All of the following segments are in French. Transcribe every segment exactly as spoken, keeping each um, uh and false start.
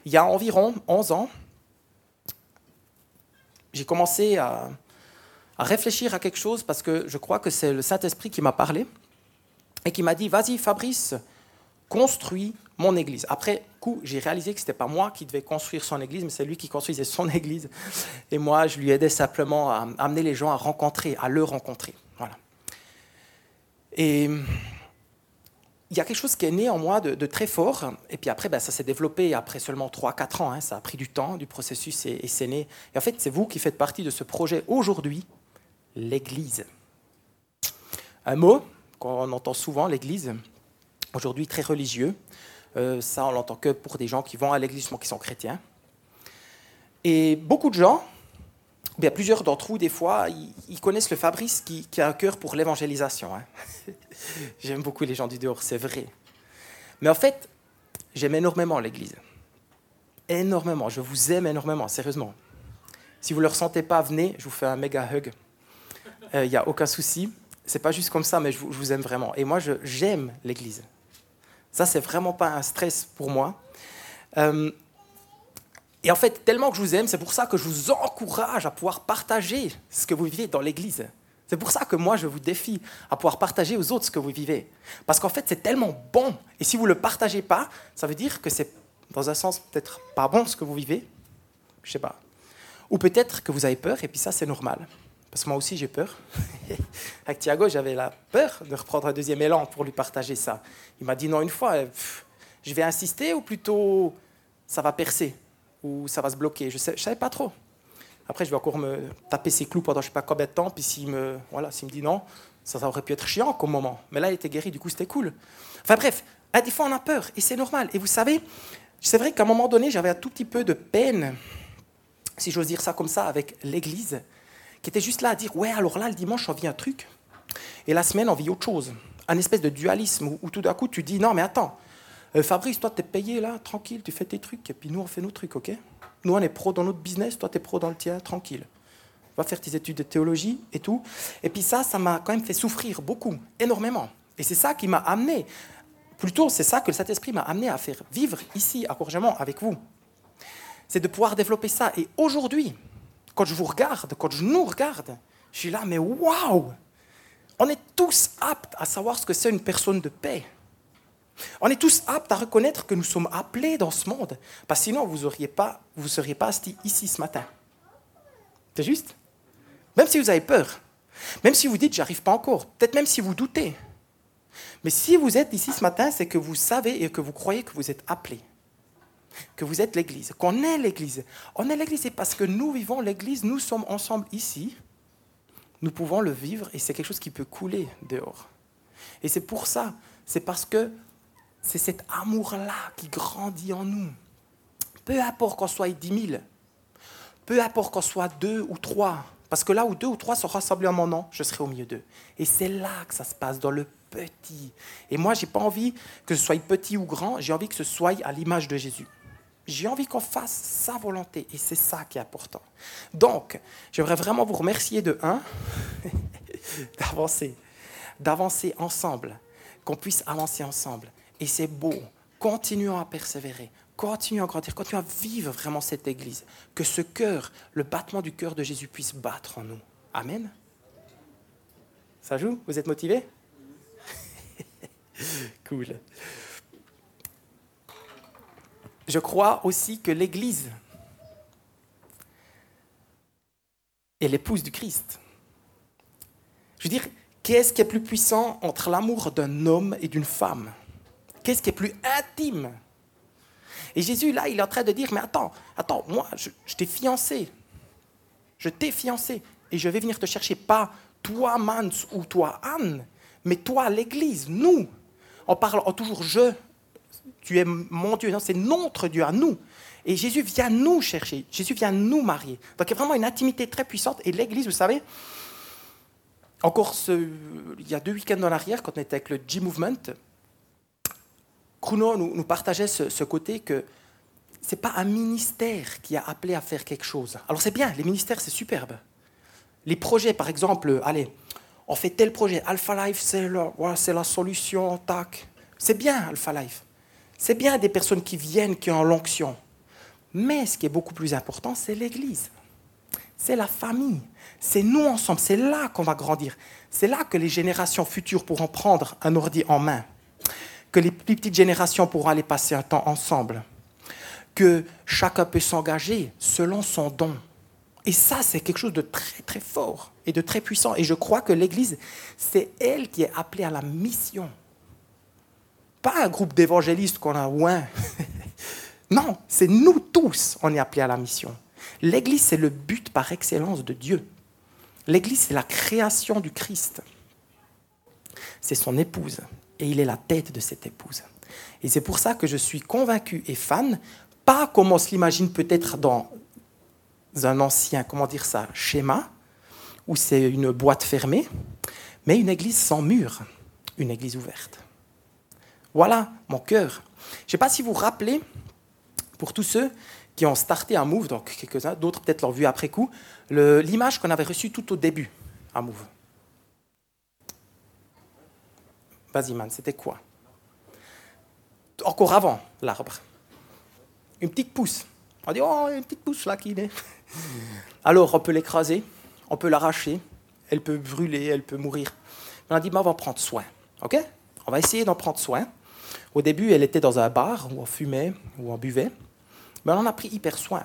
il y a environ onze ans, j'ai commencé à, à réfléchir à quelque chose parce que je crois que c'est le Saint-Esprit qui m'a parlé et qui m'a dit « Vas-y Fabrice, construis mon église ». Après coup, j'ai réalisé que ce n'était pas moi qui devais construire son église, mais c'est lui qui construisait son église. Et moi, je lui aidais simplement à amener les gens à rencontrer, à le rencontrer. Voilà. Et il y a quelque chose qui est né en moi de, de très fort. Et puis après, ben, ça s'est développé après seulement trois à quatre ans. Hein. Ça a pris du temps, du processus, et, et c'est né. Et en fait, c'est vous qui faites partie de ce projet aujourd'hui, l'église. Un mot qu'on entend souvent, l'église, aujourd'hui très religieux. Euh, ça, on l'entend que pour des gens qui vont à l'église, qui sont chrétiens. Et beaucoup de gens, bien, plusieurs d'entre vous, des fois, ils, ils connaissent le Fabrice qui, qui a un cœur pour l'évangélisation. Hein. J'aime beaucoup les gens du dehors, c'est vrai. Mais en fait, j'aime énormément l'église. Énormément, je vous aime énormément, sérieusement. Si vous ne le ressentez pas, venez, je vous fais un méga hug. Il euh, n'y a aucun souci. Ce n'est pas juste comme ça, mais je vous, je vous aime vraiment. Et moi, je, j'aime l'église. Ça, c'est vraiment pas un stress pour moi. Euh, et en fait, tellement que je vous aime, c'est pour ça que je vous encourage à pouvoir partager ce que vous vivez dans l'église. C'est pour ça que moi, je vous défie à pouvoir partager aux autres ce que vous vivez. Parce qu'en fait, c'est tellement bon. Et si vous ne le partagez pas, ça veut dire que c'est, dans un sens, peut-être pas bon ce que vous vivez. Je ne sais pas. Ou peut-être que vous avez peur, et puis ça, c'est normal. Parce que moi aussi, j'ai peur. Avec Thiago, j'avais la peur de reprendre un deuxième élan pour lui partager ça. Il m'a dit non une fois, pff, je vais insister ou plutôt ça va percer ou ça va se bloquer. Je ne savais pas trop. Après, je vais encore me taper ses clous pendant je ne sais pas combien de temps. Puis s'il me, voilà, s'il me dit non, ça, ça aurait pu être chiant comme moment. Mais là, il était guéri, du coup, c'était cool. Enfin bref, des fois, on a peur et c'est normal. Et vous savez, c'est vrai qu'à un moment donné, j'avais un tout petit peu de peine, si j'ose dire ça comme ça, avec l'Église, qui était juste là à dire « Ouais, alors là, le dimanche, on vit un truc, et la semaine, on vit autre chose. » Un espèce de dualisme où, où tout d'un coup, tu dis « Non, mais attends, euh, Fabrice, toi, t'es payé là, tranquille, tu fais tes trucs, et puis nous, on fait nos trucs, ok ? Nous, on est pro dans notre business, toi, t'es pro dans le tien, tranquille. Va faire tes études de théologie et tout. » Et puis ça, ça m'a quand même fait souffrir beaucoup, énormément. Et c'est ça qui m'a amené, plutôt, c'est ça que le Saint-Esprit m'a amené à faire vivre ici, à Courgemont, avec vous. C'est de pouvoir développer ça. Et aujourd'hui, quand je vous regarde, quand je nous regarde, je suis là, mais waouh! On est tous aptes à savoir ce que c'est une personne de paix. On est tous aptes à reconnaître que nous sommes appelés dans ce monde. Parce que sinon, vous ne pas, vous seriez pas assis ici ce matin. C'est juste? Même si vous avez peur, même si vous dites, j'arrive pas encore, peut-être même si vous doutez. Mais si vous êtes ici ce matin, c'est que vous savez et que vous croyez que vous êtes appelés. Que vous êtes l'Église, qu'on est l'Église. On est l'Église, c'est parce que nous vivons l'Église, nous sommes ensemble ici, nous pouvons le vivre et c'est quelque chose qui peut couler dehors. Et c'est pour ça, c'est parce que c'est cet amour-là qui grandit en nous. Peu importe qu'on soit dix mille, peu importe qu'on soit deux ou trois, parce que là où deux ou trois sont rassemblés en mon nom, je serai au milieu d'eux. Et c'est là que ça se passe, dans le petit. Et moi, je n'ai pas envie que ce soit petit ou grand, j'ai envie que ce soit à l'image de Jésus. J'ai envie qu'on fasse sa volonté, et c'est ça qui est important. Donc, j'aimerais vraiment vous remercier de un, d'avancer, d'avancer ensemble, qu'on puisse avancer ensemble. Et c'est beau, continuons à persévérer, continuons à grandir, continuons à vivre vraiment cette Église, que ce cœur, le battement du cœur de Jésus puisse battre en nous. Amen. Ça joue? Vous êtes motivés? Cool. Je crois aussi que l'Église est l'épouse du Christ. Je veux dire, qu'est-ce qui est plus puissant entre l'amour d'un homme et d'une femme? Qu'est-ce qui est plus intime? Et Jésus, là, il est en train de dire, mais attends, attends, moi, je, je t'ai fiancé. Je t'ai fiancé. Et je vais venir te chercher, pas toi, Mans, ou toi, Anne, mais toi, l'Église, nous. On parle en toujours « je ». Tu es mon Dieu, non, c'est notre Dieu à nous. Et Jésus vient nous chercher, Jésus vient nous marier. Donc il y a vraiment une intimité très puissante. Et l'Église, vous savez, encore ce, il y a deux week-ends en arrière, quand on était avec le G-Movement, Kruno nous, nous partageait ce, ce côté que ce n'est pas un ministère qui a appelé à faire quelque chose. Alors c'est bien, les ministères, c'est superbe. Les projets, par exemple, allez, on fait tel projet, Alpha Life, c'est la, voilà, c'est la solution, tac. C'est bien, Alpha Life. C'est bien des personnes qui viennent, qui ont l'onction. Mais ce qui est beaucoup plus important, c'est l'Église. C'est la famille. C'est nous ensemble. C'est là qu'on va grandir. C'est là que les générations futures pourront prendre un ordi en main. Que les plus petites générations pourront aller passer un temps ensemble. Que chacun peut s'engager selon son don. Et ça, c'est quelque chose de très, très fort et de très puissant. Et je crois que l'Église, c'est elle qui est appelée à la mission. Pas un groupe d'évangélistes qu'on a ou un. Non, c'est nous tous, on est appelés à la mission. L'Église, c'est le but par excellence de Dieu. L'Église, c'est la création du Christ. C'est son épouse. Et il est la tête de cette épouse. Et c'est pour ça que je suis convaincu et fan, pas comme on se l'imagine peut-être dans un ancien, comment dire ça, schéma, où c'est une boîte fermée, mais une église sans mur, une église ouverte. Voilà mon cœur. Je ne sais pas si vous vous rappelez, pour tous ceux qui ont starté un Move, donc quelques-uns, d'autres peut-être l'ont vu après coup, le, l'image qu'on avait reçue tout au début à Move. Vas-y, man, c'était quoi? Encore avant l'arbre. Une petite pousse. On dit, oh, une petite pousse là qui est. Alors, on peut l'écraser, on peut l'arracher, elle peut brûler, elle peut mourir. On a dit, mais on va en prendre soin. OK? On va essayer d'en prendre soin. Au début, elle était dans un bar où on fumait, où on buvait. Mais on en a pris hyper soin.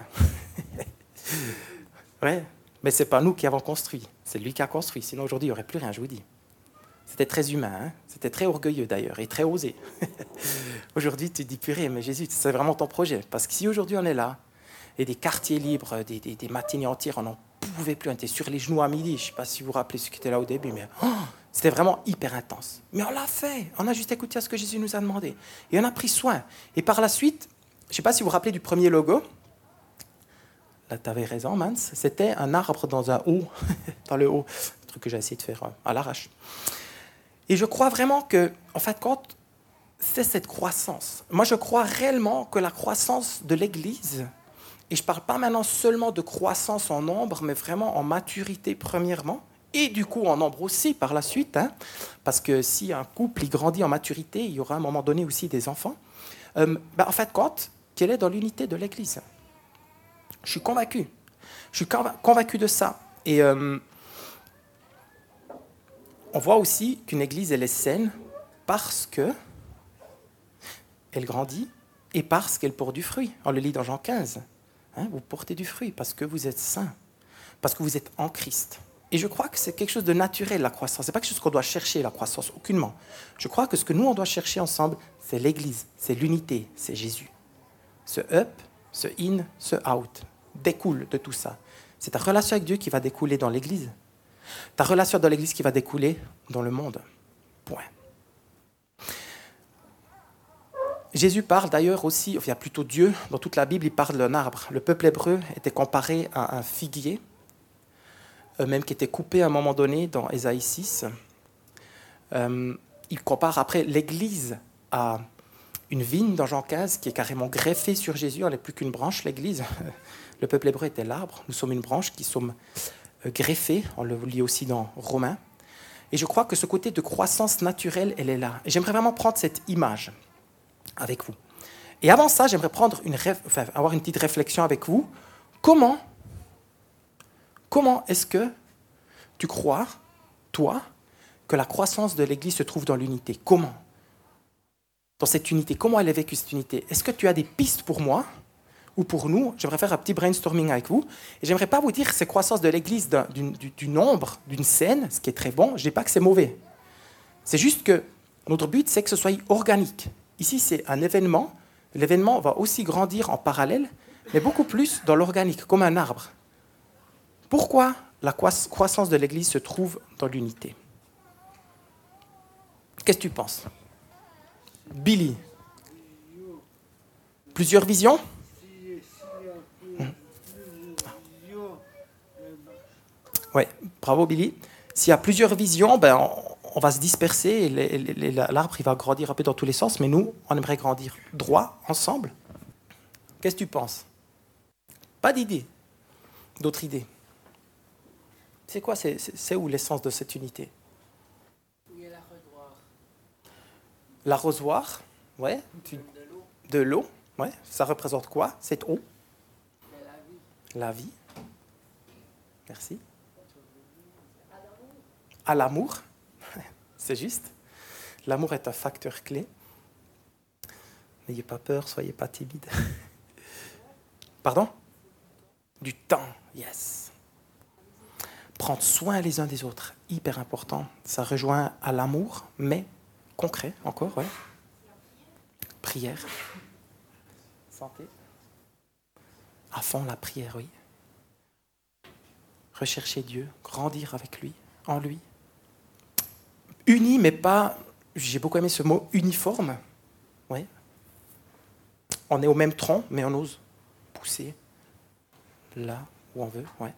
Ouais. Mais ce n'est pas nous qui avons construit. C'est lui qui a construit. Sinon, aujourd'hui, il n'y aurait plus rien, je vous dis. C'était très humain. Hein? C'était très orgueilleux, d'ailleurs, et très osé. Aujourd'hui, tu te dis, purée, mais Jésus, c'est vraiment ton projet. Parce que si aujourd'hui, on est là, et des quartiers libres, des, des, des matinées entières, on n'en pouvait plus. On était sur les genoux à midi. Je ne sais pas si vous vous rappelez ceux qui étaient là au début, mais oh, c'était vraiment hyper intense. Mais on l'a fait. On a juste écouté à ce que Jésus nous a demandé. Et on a pris soin. Et par la suite, je ne sais pas si vous vous rappelez du premier logo. Là, tu avais raison, Mans. C'était un arbre dans un haut, dans le haut. Un truc que j'ai essayé de faire à l'arrache. Et je crois vraiment que, en fait, quand c'est cette croissance. Moi, je crois réellement que la croissance de l'Église, et je ne parle pas maintenant seulement de croissance en nombre, mais vraiment en maturité premièrement, et du coup en nombre aussi par la suite, hein, parce que si un couple il grandit en maturité, il y aura à un moment donné aussi des enfants. Euh, ben, en fait, quand qu'elle est dans l'unité de l'Église. Je suis convaincu. Je suis convaincu de ça. Et euh, on voit aussi qu'une Église, elle est saine parce que elle grandit et parce qu'elle porte du fruit. On le lit dans Jean quinze. Hein, vous portez du fruit parce que vous êtes saints, parce que vous êtes en Christ. Et je crois que c'est quelque chose de naturel, la croissance. Ce n'est pas quelque chose qu'on doit chercher, la croissance, aucunement. Je crois que ce que nous, on doit chercher ensemble, c'est l'Église, c'est l'unité, c'est Jésus. Ce up, ce in, ce out découle de tout ça. C'est ta relation avec Dieu qui va découler dans l'Église. Ta relation dans l'Église qui va découler dans le monde. Point. Jésus parle d'ailleurs aussi, enfin plutôt Dieu, dans toute la Bible, il parle d'un arbre. Le peuple hébreu était comparé à un figuier, même qui était coupé à un moment donné dans Ésaïe six. Euh, il compare après l'Église à une vigne dans Jean quinze qui est carrément greffée sur Jésus. On n'est plus qu'une branche, l'Église. Le peuple hébreu était l'arbre. Nous sommes une branche qui sommes greffés. On le lit aussi dans Romains. Et je crois que ce côté de croissance naturelle, elle est là. Et j'aimerais vraiment prendre cette image avec vous. Et avant ça, j'aimerais prendre une réf... enfin, avoir une petite réflexion avec vous. Comment, comment est-ce que tu crois, toi, que la croissance de l'Église se trouve dans l'unité? Comment? Dans cette unité, comment elle est vécue cette unité? Est-ce que tu as des pistes pour moi ou pour nous? J'aimerais faire un petit brainstorming avec vous. Et j'aimerais pas vous dire que c'est croissance de l'Église d'un, du, du nombre, d'une scène, ce qui est très bon. Je dis pas que c'est mauvais. C'est juste que notre but, c'est que ce soit organique. Ici, c'est un événement. L'événement va aussi grandir en parallèle, mais beaucoup plus dans l'organique, comme un arbre. Pourquoi la croissance de l'Église se trouve dans l'unité? Qu'est-ce que tu penses? Billy. Plusieurs visions? Oui, bravo Billy. S'il y a plusieurs visions, ben, on, on va se disperser et les, les, l'arbre il va grandir un peu dans tous les sens, mais nous, on aimerait grandir droit, ensemble. Qu'est-ce que tu penses? Pas d'idée. D'autres idées? C'est quoi, c'est, c'est, c'est où l'essence de cette unité? Il y a l'arrosoir. L'arrosoir, ouais. Tu, de l'eau. De l'eau, ouais. Ça représente quoi, cette eau? la vie. Merci. À l'amour. C'est juste. L'amour est un facteur clé. N'ayez pas peur, soyez pas timide. Pardon? Du temps, yes. Prendre soin les uns des autres, hyper important. Ça rejoint à l'amour, mais concret encore, ouais. Prière. Santé. À fond la prière, oui. Rechercher Dieu, grandir avec lui, en lui. Unis, mais pas, j'ai beaucoup aimé ce mot, uniforme. Oui. On est au même tronc, mais on ose pousser là où on veut, ouais.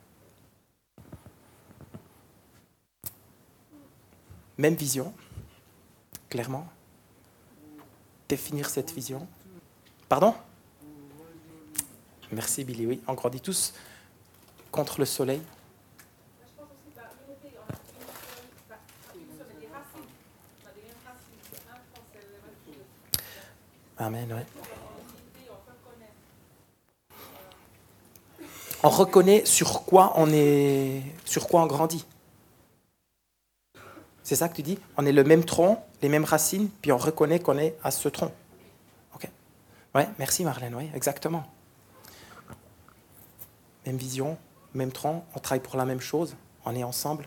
Même vision, clairement. Définir cette vision. Pardon? Merci Billy, oui. On grandit tous contre le soleil. Amen, ouais. On reconnaît sur quoi on est, sur quoi on grandit. C'est ça que tu dis? On est le même tronc, les mêmes racines, puis on reconnaît qu'on est à ce tronc. Ok. Ouais, merci Marlène, oui, exactement. Même vision, même tronc, on travaille pour la même chose, on est ensemble.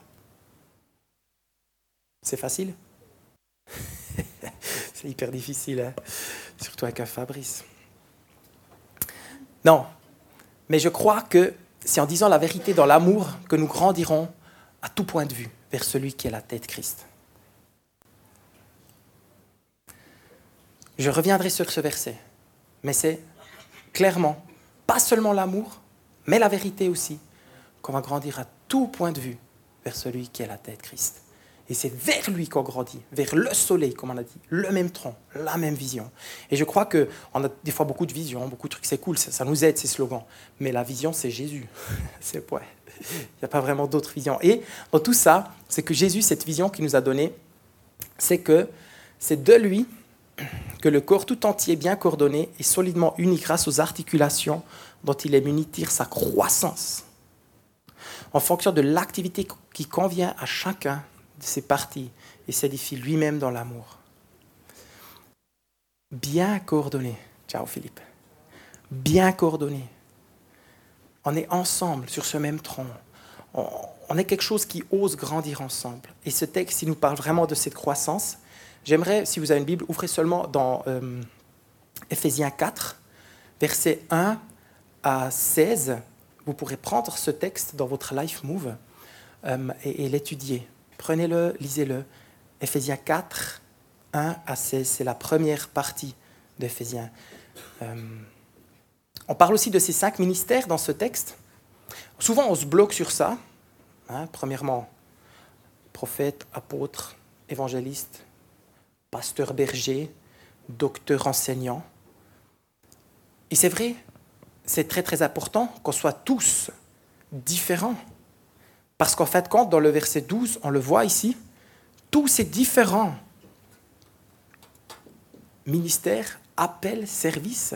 C'est facile? C'est hyper difficile, hein? Surtout avec un Fabrice. Non, mais je crois que c'est en disant la vérité dans l'amour que nous grandirons à tout point de vue vers celui qui est la tête Christ. Je reviendrai sur ce verset, mais c'est clairement pas seulement l'amour, mais la vérité aussi, qu'on va grandir à tout point de vue vers celui qui est la tête Christ. Et c'est vers lui qu'on grandit, vers le soleil, comme on a dit, le même tronc, la même vision. Et je crois qu'on a des fois beaucoup de visions, beaucoup de trucs, c'est cool, ça, ça nous aide, ces slogans. Mais la vision, c'est Jésus. C'est, ouais, il n'y a pas vraiment d'autre vision. Et dans tout ça, c'est que Jésus, cette vision qu'il nous a donnée, c'est que c'est de lui que le corps tout entier, bien coordonné et solidement uni grâce aux articulations dont il est muni, tire sa croissance en fonction de l'activité qui convient à chacun de ses parties et s'édifie lui-même dans l'amour. Bien coordonné. Ciao Philippe. Bien coordonné. On est ensemble sur ce même tronc. On, on est quelque chose qui ose grandir ensemble. Et ce texte, il nous parle vraiment de cette croissance. J'aimerais, si vous avez une Bible, ouvrez seulement dans euh, Éphésiens quatre, versets un à seize. Vous pourrez prendre ce texte dans votre Life Move euh, et, et l'étudier. Prenez-le, lisez-le. Éphésiens quatre, un à seize, c'est la première partie d'Éphésiens. Euh, on parle aussi de ces cinq ministères dans ce texte. Souvent, on se bloque sur ça. Hein, premièrement, prophète, apôtre, évangéliste, pasteur berger, docteur enseignant. Et c'est vrai, c'est très très important qu'on soit tous différents. Parce qu'en fait, quand dans le verset douze, on le voit ici, tous ces différents ministères, appels, services,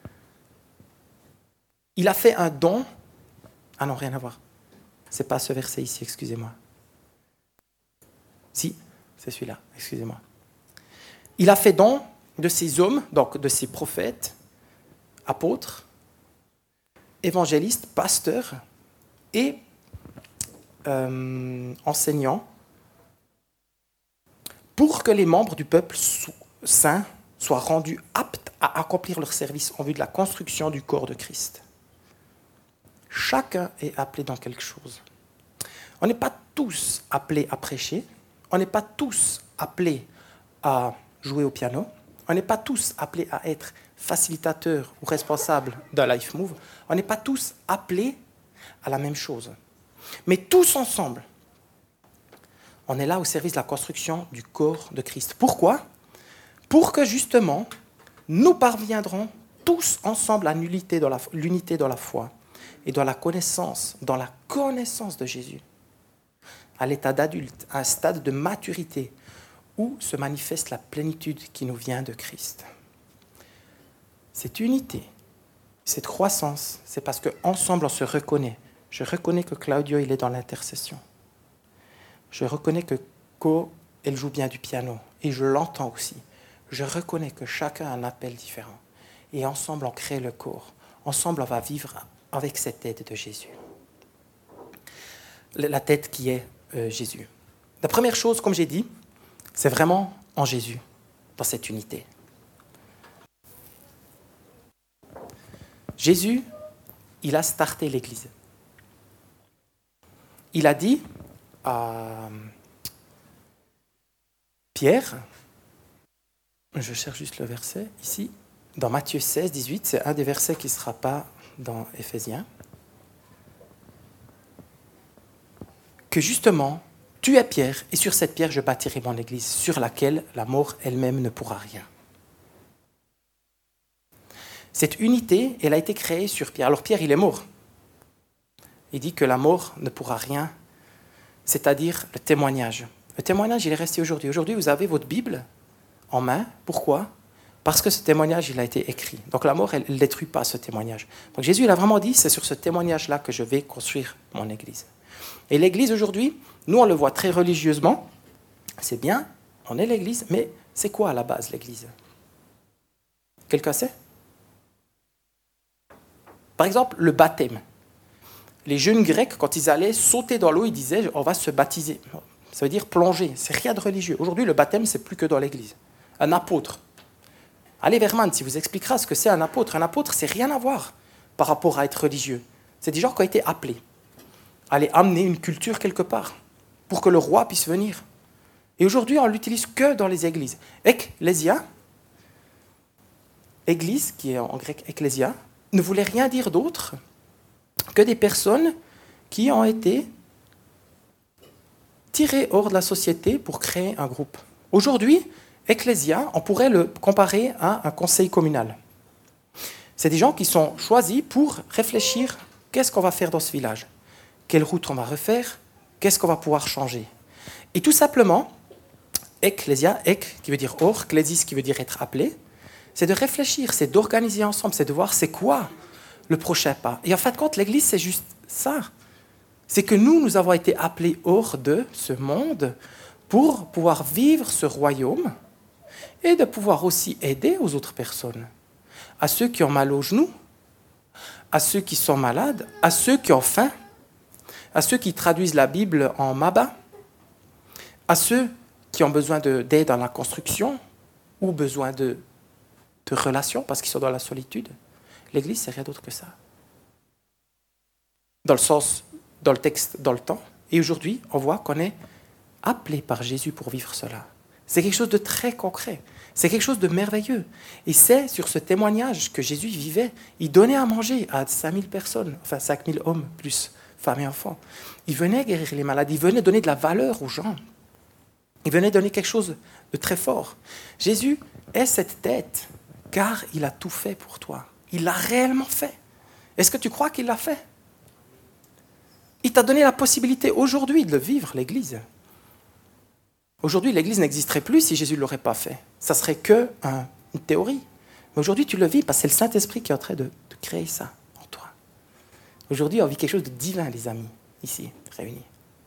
il a fait un don. Ah non, rien à voir. Ce n'est pas ce verset ici, excusez-moi. Si, c'est celui-là, excusez-moi. Il a fait don de ces hommes, donc de ces prophètes, apôtres, évangélistes, pasteurs et euh, enseignants, pour que les membres du peuple saint soient rendus aptes à accomplir leur service en vue de la construction du corps de Christ. Chacun est appelé dans quelque chose. On n'est pas tous appelés à prêcher, on n'est pas tous appelés à jouer au piano, on n'est pas tous appelés à être facilitateurs ou responsables d'un Life Move, on n'est pas tous appelés à la même chose. Mais tous ensemble, on est là au service de la construction du corps de Christ. Pourquoi ? Pour que justement, nous parviendrons tous ensemble à l'unité dans la, l'unité dans la foi et dans la connaissance, dans la connaissance de Jésus, à l'état d'adulte, à un stade de maturité où se manifeste la plénitude qui nous vient de Christ. Cette unité, cette croissance, c'est parce qu'ensemble, on se reconnaît. Je reconnais que Claudio, il est dans l'intercession. Je reconnais que Co, elle joue bien du piano. Et je l'entends aussi. Je reconnais que chacun a un appel différent. Et ensemble, on crée le corps. Ensemble, on va vivre avec cette tête de Jésus. La tête qui est euh, Jésus. La première chose, comme j'ai dit, c'est vraiment en Jésus, dans cette unité. Jésus, il a starté l'Église. Il a dit à Pierre, je cherche juste le verset ici, dans Matthieu seize, dix-huit, c'est un des versets qui ne sera pas dans Éphésiens, que justement, tu es Pierre, et sur cette pierre je bâtirai mon Église, sur laquelle la mort elle-même ne pourra rien. Cette unité, elle a été créée sur Pierre. Alors Pierre, il est mort. Il dit que la mort ne pourra rien, c'est-à-dire le témoignage. Le témoignage, il est resté aujourd'hui. Aujourd'hui, vous avez votre Bible en main. Pourquoi ? Parce que ce témoignage, il a été écrit. Donc la mort, elle ne détruit pas ce témoignage. Donc Jésus, il a vraiment dit, c'est sur ce témoignage-là que je vais construire mon Église. Et l'Église, aujourd'hui, nous, on le voit très religieusement. C'est bien, on est l'Église, mais c'est quoi à la base, l'Église ? Quelqu'un sait ? Par exemple, le baptême. Les jeunes Grecs, quand ils allaient sauter dans l'eau, ils disaient « on va se baptiser ». Ça veut dire plonger, c'est rien de religieux. Aujourd'hui, le baptême, c'est plus que dans l'église. Un apôtre. Allez vers Man, si vous expliquera ce que c'est un apôtre. Un apôtre, c'est rien à voir par rapport à être religieux. C'est des gens qui ont été appelés à aller amener une culture quelque part pour que le roi puisse venir. Et aujourd'hui, on ne l'utilise que dans les églises. Ecclésia, église, qui est en grec ecclésia, ne voulait rien dire d'autre que des personnes qui ont été tirées hors de la société pour créer un groupe. Aujourd'hui, Ecclésia, on pourrait le comparer à un conseil communal. C'est des gens qui sont choisis pour réfléchir qu'est-ce qu'on va faire dans ce village, quelle route on va refaire, qu'est-ce qu'on va pouvoir changer. Et tout simplement, Ecclésia, ek qui veut dire hors, klésis qui veut dire être appelé, c'est de réfléchir, c'est d'organiser ensemble, c'est de voir c'est quoi le prochain pas. Et en fin de compte, l'Église, c'est juste ça. C'est que nous, nous avons été appelés hors de ce monde pour pouvoir vivre ce royaume et de pouvoir aussi aider aux autres personnes, à ceux qui ont mal aux genoux, à ceux qui sont malades, à ceux qui ont faim, à ceux qui traduisent la Bible en Maba, à ceux qui ont besoin de, d'aide dans la construction ou besoin de, de relations parce qu'ils sont dans la solitude. L'Église, c'est rien d'autre que ça. Dans le sens, dans le texte, dans le temps. Et aujourd'hui, on voit qu'on est appelé par Jésus pour vivre cela. C'est quelque chose de très concret. C'est quelque chose de merveilleux. Et c'est sur ce témoignage que Jésus vivait. Il donnait à manger à cinq mille personnes, enfin cinq mille hommes, plus femmes et enfants. Il venait guérir les malades. Il venait donner de la valeur aux gens. Il venait donner quelque chose de très fort. Jésus est cette tête, car il a tout fait pour toi. Il l'a réellement fait. Est-ce que tu crois qu'il l'a fait ? Il t'a donné la possibilité aujourd'hui de le vivre, l'Église. Aujourd'hui, l'Église n'existerait plus si Jésus ne l'aurait pas fait. Ça serait que un, une théorie. Mais aujourd'hui, tu le vis parce que c'est le Saint-Esprit qui est en train de, de créer ça en toi. Aujourd'hui, on vit quelque chose de divin, les amis, ici, réunis.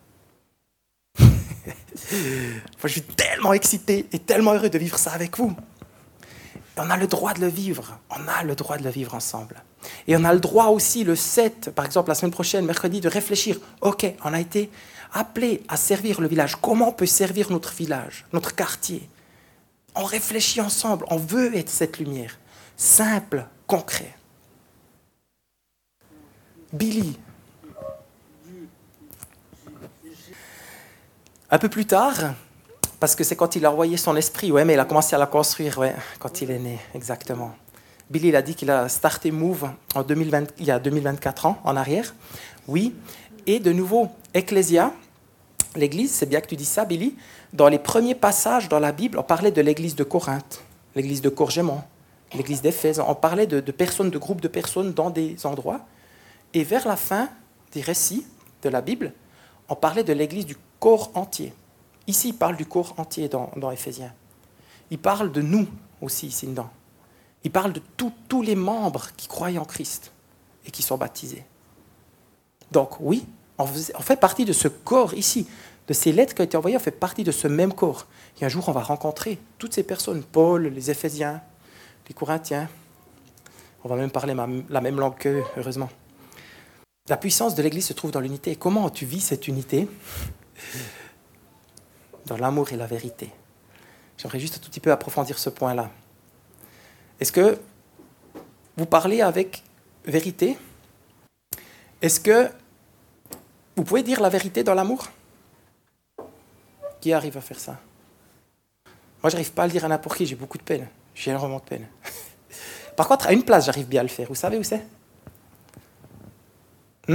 Enfin, je suis tellement excité et tellement heureux de vivre ça avec vous. On a le droit de le vivre. On a le droit de le vivre ensemble. Et on a le droit aussi, le sept, par exemple, la semaine prochaine, mercredi, de réfléchir. OK, on a été appelés à servir le village. Comment on peut servir notre village, notre quartier ? On réfléchit ensemble. On veut être cette lumière. Simple, concret. Billy. Un peu plus tard, parce que c'est quand il a envoyé son esprit, ouais, mais il a commencé à la construire, ouais, quand il est né, exactement. Billy, il a dit qu'il a starté Move en deux mille vingt, il y a deux mille vingt-quatre ans, en arrière. Oui, et de nouveau, Ecclésia, l'église, c'est bien que tu dis ça, Billy. Dans les premiers passages dans la Bible, on parlait de l'église de Corinthe, l'église de Courgémont, l'église d'Éphèse. On parlait de, de personnes, de groupes de personnes dans des endroits. Et vers la fin des récits de la Bible, on parlait de l'église du corps entier. Ici, il parle du corps entier dans, dans Éphésiens. Il parle de nous aussi ici dedans. Il parle de tout- tous les membres qui croient en Christ et qui sont baptisés. Donc oui, on fait, on fait partie de ce corps ici, de ces lettres qui ont été envoyées, on fait partie de ce même corps. Et un jour, on va rencontrer toutes ces personnes, Paul, les Éphésiens, les Corinthiens. On va même parler ma- la même langue qu'eux, heureusement. La puissance de l'Église se trouve dans l'unité. Comment tu vis cette unité? Dans l'amour et la vérité. J'aimerais juste un tout petit peu approfondir ce point-là. Est-ce que vous parlez avec vérité? Est-ce que vous pouvez dire la vérité dans l'amour? Qui arrive à faire ça? Moi, je n'arrive pas à le dire à n'importe qui, j'ai beaucoup de peine. J'ai énormément de peine. Par contre, à une place, j'arrive bien à le faire. Vous savez où c'est? Hmm?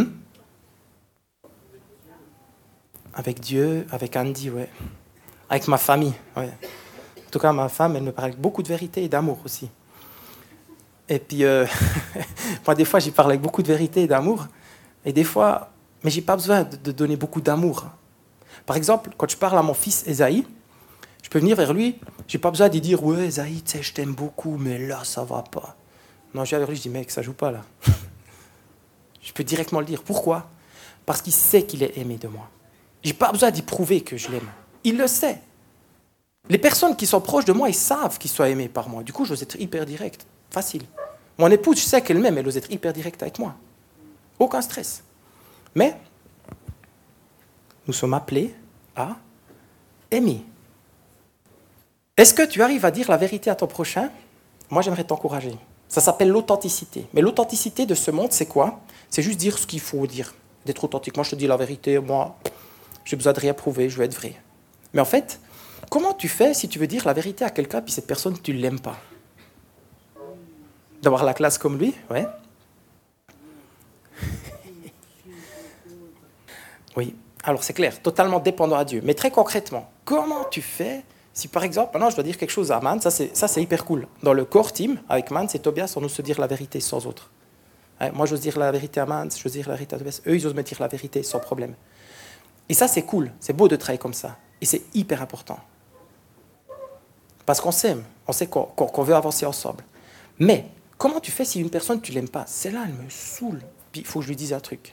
Avec Dieu, avec Andy, ouais. Avec ma famille, ouais. En tout cas, ma femme, elle me parle avec beaucoup de vérité et d'amour aussi. Et puis, euh, moi, des fois, j'y parle avec beaucoup de vérité et d'amour. Et des fois, mais j'ai pas besoin de, de donner beaucoup d'amour. Par exemple, quand je parle à mon fils Esaïe, je peux venir vers lui, j'ai pas besoin de lui dire « Ouais, Esaïe, tu sais, je t'aime beaucoup, mais là, ça va pas. » Non, je viens vers lui, je dis « Mec, ça joue pas, là. » Je peux directement le dire. Pourquoi? Parce qu'il sait qu'il est aimé de moi. J'ai pas besoin d'y prouver que je l'aime. Il le sait. Les personnes qui sont proches de moi, ils savent qu'ils sont aimés par moi. Du coup, j'ose être hyper direct. Facile. Mon épouse, je sais qu'elle m'aime, elle ose être hyper directe avec moi. Aucun stress. Mais, nous sommes appelés à aimer. Est-ce que tu arrives à dire la vérité à ton prochain? Moi, j'aimerais t'encourager. Ça s'appelle l'authenticité. Mais l'authenticité de ce monde, c'est quoi? C'est juste dire ce qu'il faut dire. D'être authentique. Moi, je te dis la vérité, moi, j'ai besoin de rien prouver, je veux être vrai. Mais en fait, comment tu fais si tu veux dire la vérité à quelqu'un, puis cette personne, tu ne l'aimes pas? D'avoir la classe comme lui? Ouais. Oui. Alors, c'est clair, totalement dépendant à Dieu. Mais très concrètement, comment tu fais si, par exemple, maintenant, je dois dire quelque chose à Man, ça c'est, ça, c'est hyper cool. Dans le core team, avec Man, c'est Tobias, on ose se dire la vérité sans autre. Ouais, moi, j'ose dire la vérité à Man, j'ose dire la vérité à Tobias. Eux, ils osent me dire la vérité sans problème. Et ça, c'est cool. C'est beau de travailler comme ça. Et c'est hyper important. Parce qu'on s'aime. On sait qu'on, qu'on, qu'on veut avancer ensemble. Mais, comment tu fais si une personne, tu ne l'aimes pas? Celle-là, elle me saoule. Puis, il faut que je lui dise un truc.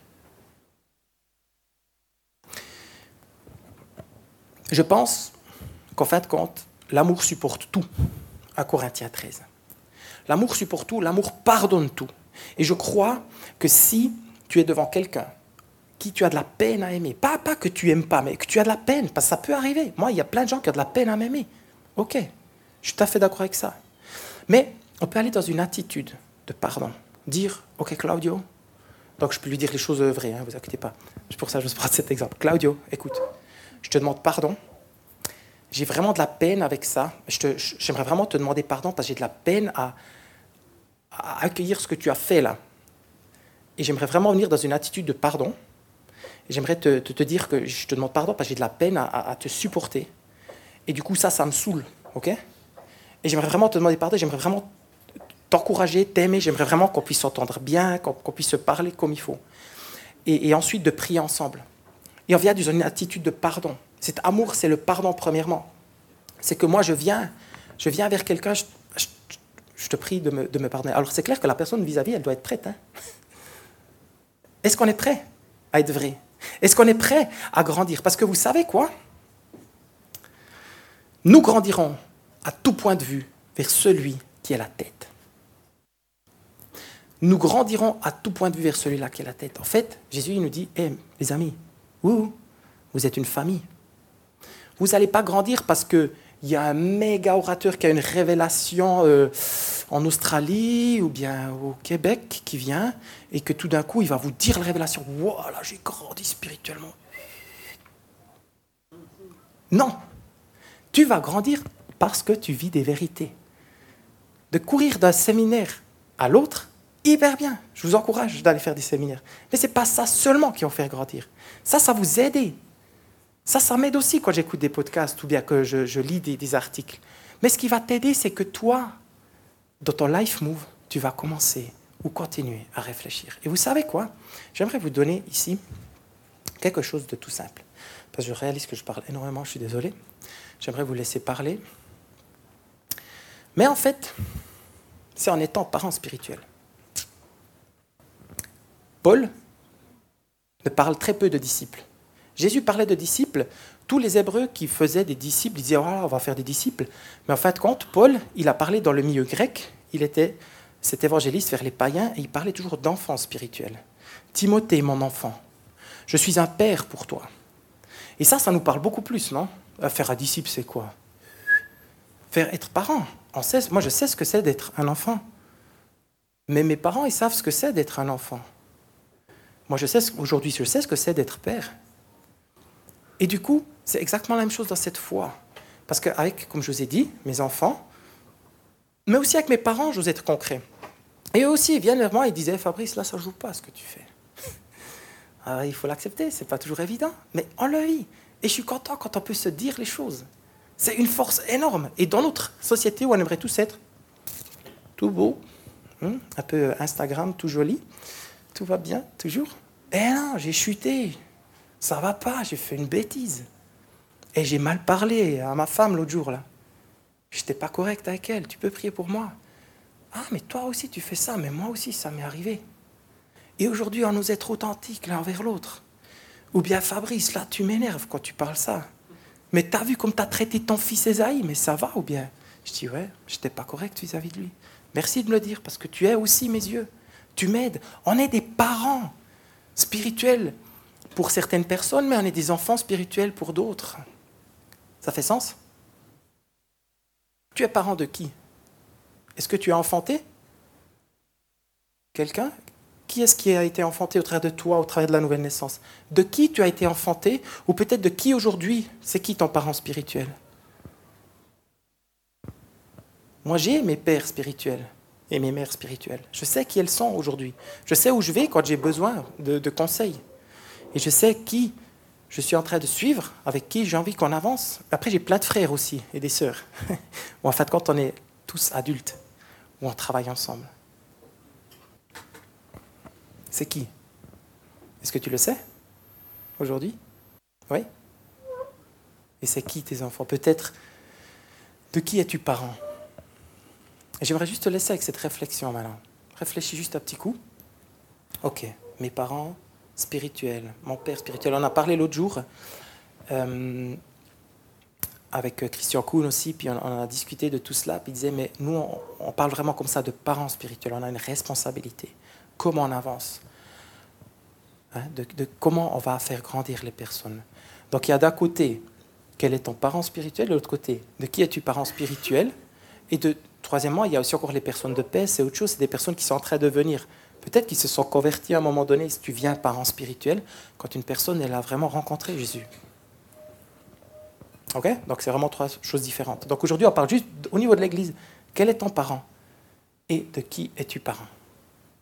Je pense qu'en fin de compte, l'amour supporte tout. À Corinthiens treize. L'amour supporte tout, l'amour pardonne tout. Et je crois que si tu es devant quelqu'un qui tu as de la peine à aimer, pas, pas que tu n'aimes pas, mais que tu as de la peine, parce que ça peut arriver. Moi, il y a plein de gens qui ont de la peine à m'aimer. Ok, je suis tout à fait d'accord avec ça. Mais on peut aller dans une attitude de pardon. Dire, ok Claudio, donc je peux lui dire les choses vraies, ne hein, vous inquiétez pas. C'est pour ça que je prends cet exemple. Claudio, écoute, je te demande pardon. J'ai vraiment de la peine avec ça. Je te, j'aimerais vraiment te demander pardon parce que j'ai de la peine à, à accueillir ce que tu as fait là. Et j'aimerais vraiment venir dans une attitude de pardon. Et j'aimerais te, te, te dire que je te demande pardon parce que j'ai de la peine à, à, à te supporter. Et du coup, ça, ça me saoule. Ok? Et j'aimerais vraiment te demander pardon. J'aimerais vraiment t'encourager, t'aimer. J'aimerais vraiment qu'on puisse s'entendre bien, qu'on, qu'on puisse se parler comme il faut. Et, et ensuite, de prier ensemble. Et on vient dans une attitude de pardon. Cet amour, c'est le pardon premièrement. C'est que moi, je viens, je viens vers quelqu'un, je, je, je te prie de me, de me pardonner. Alors, c'est clair que la personne vis-à-vis, elle doit être prête. Hein. Est-ce qu'on est prêt à être vrai? Est-ce qu'on est prêt à grandir? Parce que vous savez quoi? Nous grandirons à tout point de vue vers celui qui est la tête. Nous grandirons à tout point de vue vers celui-là qui est la tête. En fait, Jésus il nous dit, hey, les amis, vous, vous êtes une famille. Vous n'allez pas grandir parce qu'il y a un méga orateur qui a une révélation euh, en Australie ou bien au Québec qui vient et que tout d'un coup, il va vous dire la révélation. « Voilà, j'ai grandi spirituellement. » Non. Tu vas grandir parce que tu vis des vérités. De courir d'un séminaire à l'autre, hyper bien. Je vous encourage d'aller faire des séminaires. Mais ce n'est pas ça seulement qui va vous faire grandir. Ça, ça vous aide. Ça, ça m'aide aussi quand j'écoute des podcasts ou bien que je, je lis des, des articles. Mais ce qui va t'aider, c'est que toi, dans ton life move, tu vas commencer ou continuer à réfléchir. Et vous savez quoi? J'aimerais vous donner ici quelque chose de tout simple. Parce que je réalise que je parle énormément, je suis désolé. J'aimerais vous laisser parler. Mais en fait, c'est en étant parent spirituel. Paul ne parle très peu de disciples. Jésus parlait de disciples. Tous les Hébreux qui faisaient des disciples, ils disaient oh, on va faire des disciples. Mais en fin de compte, Paul, il a parlé dans le milieu grec. Il était cet évangéliste vers les païens et il parlait toujours d'enfants spirituels. Timothée, mon enfant, je suis un père pour toi. Et ça, ça nous parle beaucoup plus, non ? Faire un disciple, c'est quoi ? Faire être parent. On sait, moi, je sais ce que c'est d'être un enfant. Mais mes parents, ils savent ce que c'est d'être un enfant. Moi, je sais, aujourd'hui, je sais ce que c'est d'être père. Et du coup, c'est exactement la même chose dans cette foi. Parce qu'avec, comme je vous ai dit, mes enfants, mais aussi avec mes parents, j'ose être concret. Et eux aussi, ils viennent vers moi et disaient, Fabrice, là, ça ne joue pas ce que tu fais. Alors, il faut l'accepter, ce n'est pas toujours évident, mais on le vit. Et je suis content quand on peut se dire les choses. C'est une force énorme. Et dans notre société où on aimerait tous être tout beau, hein, un peu Instagram, tout joli, tout va bien, toujours. Eh non, j'ai chuté. Ça va pas, j'ai fait une bêtise. Et j'ai mal parlé à ma femme l'autre jour, là. Je n'étais pas correct avec elle, tu peux prier pour moi. Ah, mais toi aussi tu fais ça, mais moi aussi ça m'est arrivé. Et aujourd'hui, on ose être authentique l'un envers l'autre. Ou bien, Fabrice, là, tu m'énerves quand tu parles ça. Mais t'as vu comme t'as traité ton fils Ésaïe, mais ça va ou bien ? Je dis, ouais, je n'étais pas correct vis-à-vis de lui. Merci de me le dire, parce que tu es aussi mes yeux. Tu m'aides. On est des parents spirituels pour certaines personnes, mais on est des enfants spirituels pour d'autres. Ça fait sens ? Tu es parent de qui ? Est-ce que tu as enfanté quelqu'un ? Qui est-ce qui a été enfanté au travers de toi, au travers de la nouvelle naissance ? De qui tu as été enfanté ? Ou peut-être de qui aujourd'hui ? C'est qui ton parent spirituel ? Moi, j'ai mes pères spirituels et mes mères spirituelles. Je sais qui elles sont aujourd'hui. Je sais où je vais quand j'ai besoin de, de conseils. Et je sais qui je suis en train de suivre, avec qui j'ai envie qu'on avance. Après, j'ai plein de frères aussi et des sœurs. Ou en fait, quand on est tous adultes, où on travaille ensemble. C'est qui ? Est-ce que tu le sais aujourd'hui ? Oui ? Et c'est qui tes enfants ? Peut-être de qui es-tu parent ? Et j'aimerais juste te laisser avec cette réflexion maintenant. Réfléchis juste un petit coup. Ok, mes parents spirituels, mon père spirituel. On a parlé l'autre jour euh, avec Christian Kuhn aussi, puis on, on a discuté de tout cela. Puis il disait, mais nous, on, on parle vraiment comme ça de parents spirituels. On a une responsabilité. Comment on avance ? Hein, de, de comment on va faire grandir les personnes. Donc il y a d'un côté, quel est ton parent spirituel ? De l'autre côté, de qui es-tu parent spirituel ? Et de, troisièmement, il y a aussi encore les personnes de paix. C'est autre chose, c'est des personnes qui sont en train de venir. Peut-être qu'ils se sont convertis à un moment donné. Si tu viens parent spirituel, quand une personne elle a vraiment rencontré Jésus. Ok ? Donc c'est vraiment trois choses différentes. Donc aujourd'hui, on parle juste au niveau de l'Église. Quel est ton parent ? Et de qui es-tu parent ?